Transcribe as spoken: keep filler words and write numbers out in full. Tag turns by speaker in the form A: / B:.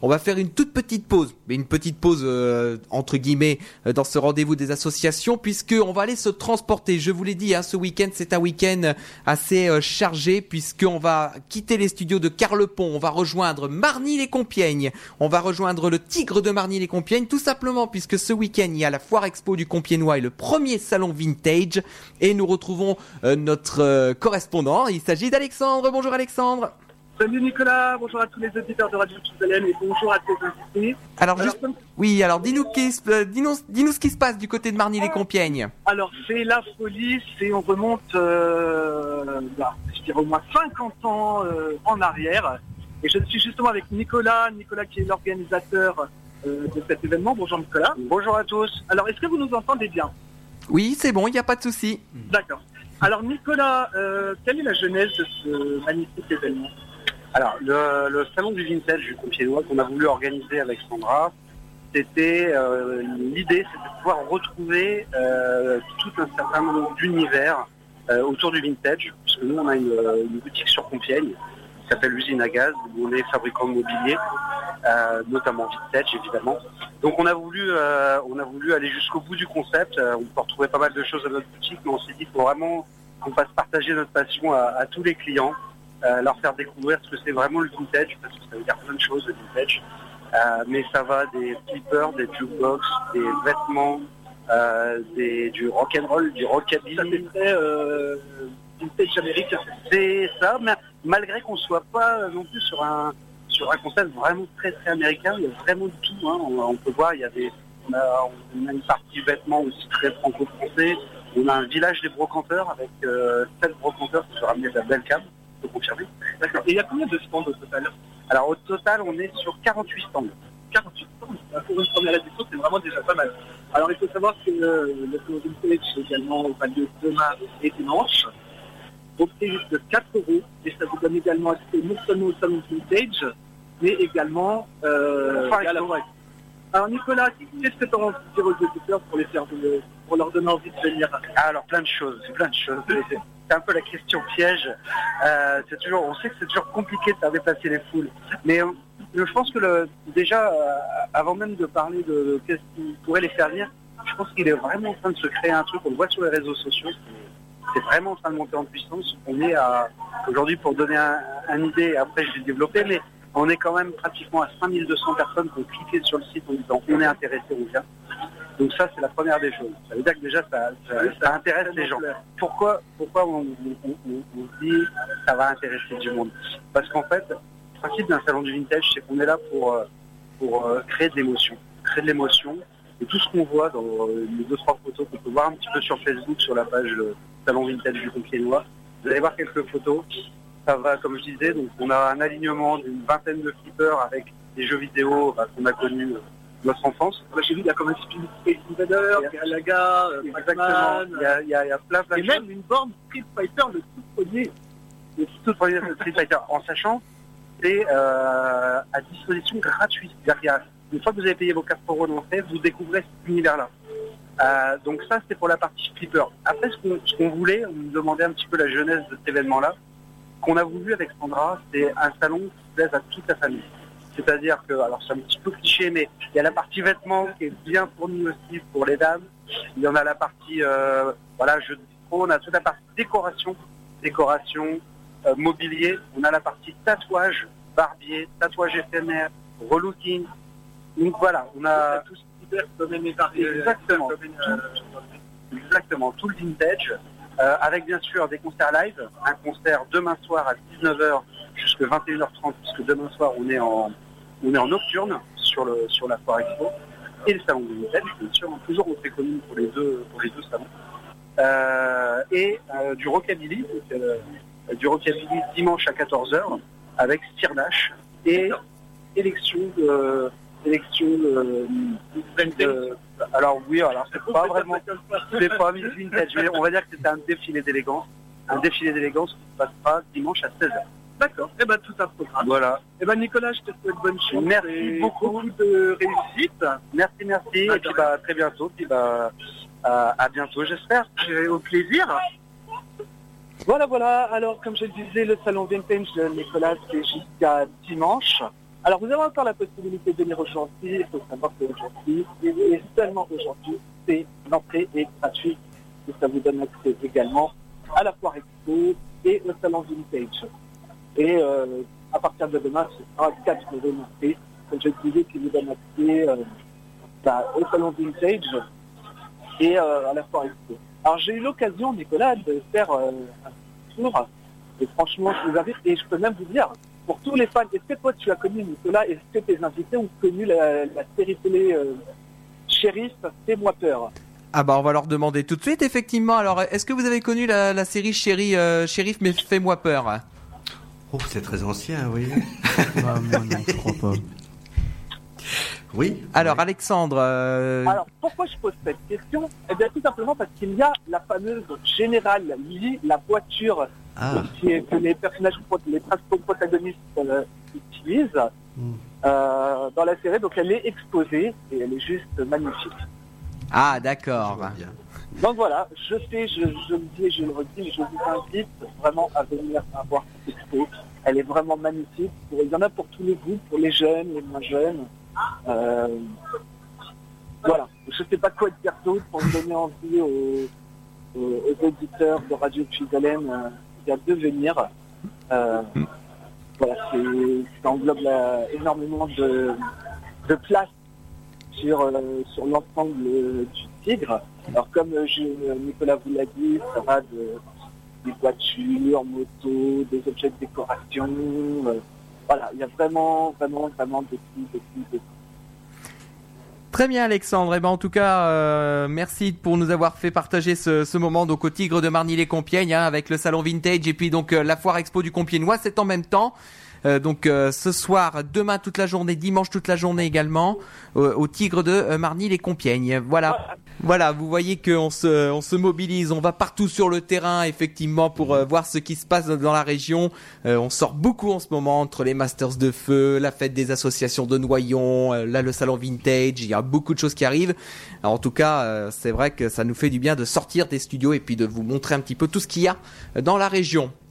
A: On va faire une toute petite pause, mais une petite pause euh, entre guillemets euh, dans ce rendez-vous des associations, puisque on va aller se transporter. Je vous l'ai dit, hein, ce week-end c'est un week-end assez euh, chargé, puisqu'on va quitter les studios de Carlepont, on va rejoindre Marny-les-Compiègnes, on va rejoindre le Tigre de Marny-les-Compiègnes, tout simplement puisque ce week-end il y a la Foire Expo du Compiègnois et le premier salon vintage, et nous retrouvons euh, notre euh, correspondant. Il s'agit d'Alexandre. Bonjour Alexandre.
B: Salut Nicolas, bonjour à tous les auditeurs de Radio Jérusalem et bonjour à tes invités.
A: Alors, alors juste, oui, alors dis-nous, euh, dis-nous, dis-nous ce qui se passe du côté de Marny-les-Compiègnes.
B: Alors c'est la folie, c'est on remonte, euh, bah, je dirais au moins cinquante ans euh, en arrière. Et je suis justement avec Nicolas, Nicolas qui est l'organisateur euh, de cet événement. Bonjour Nicolas.
C: Bonjour à tous.
B: Alors est-ce que vous nous entendez bien?
A: Oui, c'est bon, il n'y a pas de souci.
B: D'accord. Alors Nicolas, euh, quelle est la genèse de ce magnifique événement?
C: Alors, le, le salon du vintage du Compiègnois qu'on a voulu organiser avec Sandra, c'était euh, l'idée, c'était de pouvoir retrouver euh, tout un certain nombre d'univers euh, autour du vintage, parce que nous, on a une, une boutique sur Compiègne qui s'appelle l'usine à gaz, où on est fabricant de mobilier, euh, notamment vintage évidemment. Donc, on a voulu, euh, on a voulu aller jusqu'au bout du concept. Euh, on peut retrouver pas mal de choses dans notre boutique, mais on s'est dit qu'il faut vraiment qu'on fasse partager notre passion à, à tous les clients. Euh, leur faire découvrir ce que c'est vraiment le vintage, parce que ça veut dire plein de choses le vintage, euh, mais ça va des flippers, des jukebox, des vêtements, euh, des, du rock'n'roll, du rockabilly.
B: Ça fait très euh, vintage américain.
C: C'est ça, mais malgré qu'on soit pas non plus sur un sur un concept vraiment très très américain, il y a vraiment de tout. Hein. On, on peut voir, il y a des on a, on a une partie vêtements aussi très franco-français. On a un village des brocanteurs avec euh, sept brocanteurs qui sont ramenés de la Belcam. Confirmé.
B: D'accord. Et il y a combien de stands au total?
C: Alors au total, on est sur quarante-huit stands.
B: quarante-huit stands. Pour une première édition, c'est vraiment déjà pas mal. Alors il faut savoir que euh, le salon vintage également aura lieu demain et dimanche au prix de quatre euros. Et ça vous donne également accès non seulement au salon vintage, mais également euh, à la Foire. Alors Nicolas, qu'est-ce que tu as envie de dire aux auditeurs pour les faire de, pour leur donner envie de venir?
C: Alors plein de choses, plein de choses. C'est un peu la question piège. Euh, c'est toujours, on sait que c'est toujours compliqué de faire déplacer les foules, mais euh, je pense que le, déjà, euh, avant même de parler de, de qu'est-ce qui pourrait les faire venir, je pense qu'il est vraiment en train de se créer un truc. On le voit sur les réseaux sociaux. C'est vraiment en train de monter en puissance. On est à aujourd'hui, pour donner un, un idée, après je vais développer, mais on est quand même pratiquement à cinq mille deux cents personnes qui ont cliqué sur le site en disant on est intéressé, on vient. Donc ça, c'est la première des choses. Ça veut dire que déjà, ça, ça, ça intéresse les gens. Pourquoi, pourquoi on, on, on, on dit ça va intéresser du monde? Parce qu'en fait, le principe d'un salon du vintage, c'est qu'on est là pour, pour créer de l'émotion. Créer de l'émotion. Et tout ce qu'on voit dans les deux, trois photos qu'on peut voir un petit peu sur Facebook, sur la page Salon Vintage du Compiègnois, vous allez voir quelques photos. Ça va, comme je disais, donc on a un alignement d'une vingtaine de flippers avec des jeux vidéo bah, qu'on a connus notre enfance.
B: Bah, j'ai vu, il y a quand même Space Invader, il y a Laga,
C: exactement. Il y a, il y a, il y a plein, plein
B: et
C: de
B: même
C: choses.
B: Une borne Street Fighter, le tout premier.
C: Le tout premier Street Fighter, en sachant que c'est euh, à disposition gratuite. C'est-à-dire qu'une fois que vous avez payé vos quatre euros d'entrée, vous découvrez cet univers-là. Euh, donc ça, c'est pour la partie flipper. Après, ce qu'on, ce qu'on voulait, on nous demandait un petit peu la genèse de cet événement-là. Ce qu'on a voulu avec Sandra, c'est un salon qui plaise à toute la famille. C'est-à-dire que, alors c'est un petit peu cliché, mais il y a la partie vêtements qui est bien fournie aussi pour les dames. Il y en a la partie, euh, voilà, jeux de disco, on a toute la partie décoration, décoration, euh, mobilier. On a la partie tatouage, barbier, tatouage éphémère, relooking. Donc voilà, on a
B: tout ce divers domaines et variés.
C: Exactement, tout, exactement, tout le vintage. Euh, avec bien sûr des concerts live, un concert demain soir à dix-neuf heures jusqu'à vingt et une heures trente, puisque demain soir on est en, on est en nocturne sur, le, sur la Foire Expo, et le salon du vintage, bien sûr, toujours on fait commune pour les deux, pour les deux salons. Euh, et euh, du rockabilly, donc, euh, du rockabilly dimanche à quatorze heures, avec Stirdash et élection de... élection de, de alors oui, alors c'est pas vraiment, c'est pas Miss Vintage, mais on va dire que c'est un défilé d'élégance, un défilé d'élégance qui se passera dimanche à seize heures.
B: D'accord, et eh ben tout un programme.
C: Voilà.
B: Et eh ben Nicolas, je te souhaite bonne chance.
C: Merci beaucoup.
B: beaucoup de réussite.
C: Merci, merci, ah, et puis bah, très bientôt, puis bah, à, à bientôt j'espère.
B: Et au plaisir. Voilà, voilà. Alors, comme je le disais, le salon vintage de Nicolas, c'est jusqu'à dimanche. Alors, vous avez encore la possibilité de venir aujourd'hui. Il faut savoir qu'aujourd'hui, et seulement aujourd'hui, c'est l'entrée est gratuite. Et ça vous donne accès également à la foire expo et au salon vintage. Et euh, à partir de demain, ce sera quatre nouveaux entrées, comme je disais, qui vous donnent accès euh, bah, au salon vintage et euh, à la foire expo. Alors, j'ai eu l'occasion, Nicolas, de faire euh, un tour. Et franchement, je vous invite, et je peux même vous dire, pour tous les fans, est-ce que toi tu as connu, Nicolas, est-ce que tes invités ont connu la, la série télé euh, Shérif, Fais-moi peur?
A: Ah bah on va leur demander tout de suite, effectivement. Alors, est-ce que vous avez connu la, la série Chéri, euh, Shérif, mais Fais-moi peur?
D: Oh, c'est très ancien, oui.
E: Ah, moi, non, je crois pas.
D: Oui.
A: Alors,
D: oui.
A: Alexandre... Euh...
B: Alors, pourquoi je pose cette question? Eh bien, tout simplement parce qu'il y a la fameuse Générale Lee, la voiture
D: Ah.
B: qui est, que les personnages, les principaux protagonistes euh, utilisent
D: Mm.
B: euh, dans la série. Donc, elle est exposée et elle est juste magnifique.
A: Ah,
D: Je
A: d'accord.
D: vois bien.
B: Donc voilà, je sais, je, je le dis et je le redis, je vous invite vraiment à venir à voir cette expo. Elle est vraiment magnifique. Il y en a pour tous les goûts, pour les jeunes, les moins jeunes. Euh, voilà, je ne sais pas quoi dire d'autre pour donner envie aux, aux, aux auditeurs de Radio Puisalène euh, de venir. Euh, voilà, c'est, ça englobe la- énormément de, de place sur, euh, sur l'ensemble euh, du Tigre. Alors comme euh, je, Nicolas vous l'a dit, ça va de, des voitures, motos, des objets de décoration. euh, voilà, il y a vraiment, vraiment, vraiment de tout, de tout, de tout.
A: Très bien, Alexandre. Eh ben, en tout cas, euh, merci pour nous avoir fait partager ce, ce moment donc au Tigre de Marny-les-Compiègnes, hein, avec le salon vintage et puis donc euh, la foire expo du Compiègnois. C'est en même temps. Euh, donc euh, ce soir, demain toute la journée, dimanche toute la journée également, euh, au Tigre de euh, Marny-les-Compiègnes. Voilà. Voilà, vous voyez qu'on se, on se mobilise, on va partout sur le terrain, effectivement, pour euh, voir ce qui se passe dans la région. Euh, on sort beaucoup en ce moment entre les Masters de Feu, la fête des associations de Noyon, euh, là le salon vintage, il y a beaucoup de choses qui arrivent. Alors, en tout cas, euh, c'est vrai que ça nous fait du bien de sortir des studios et puis de vous montrer un petit peu tout ce qu'il y a dans la région.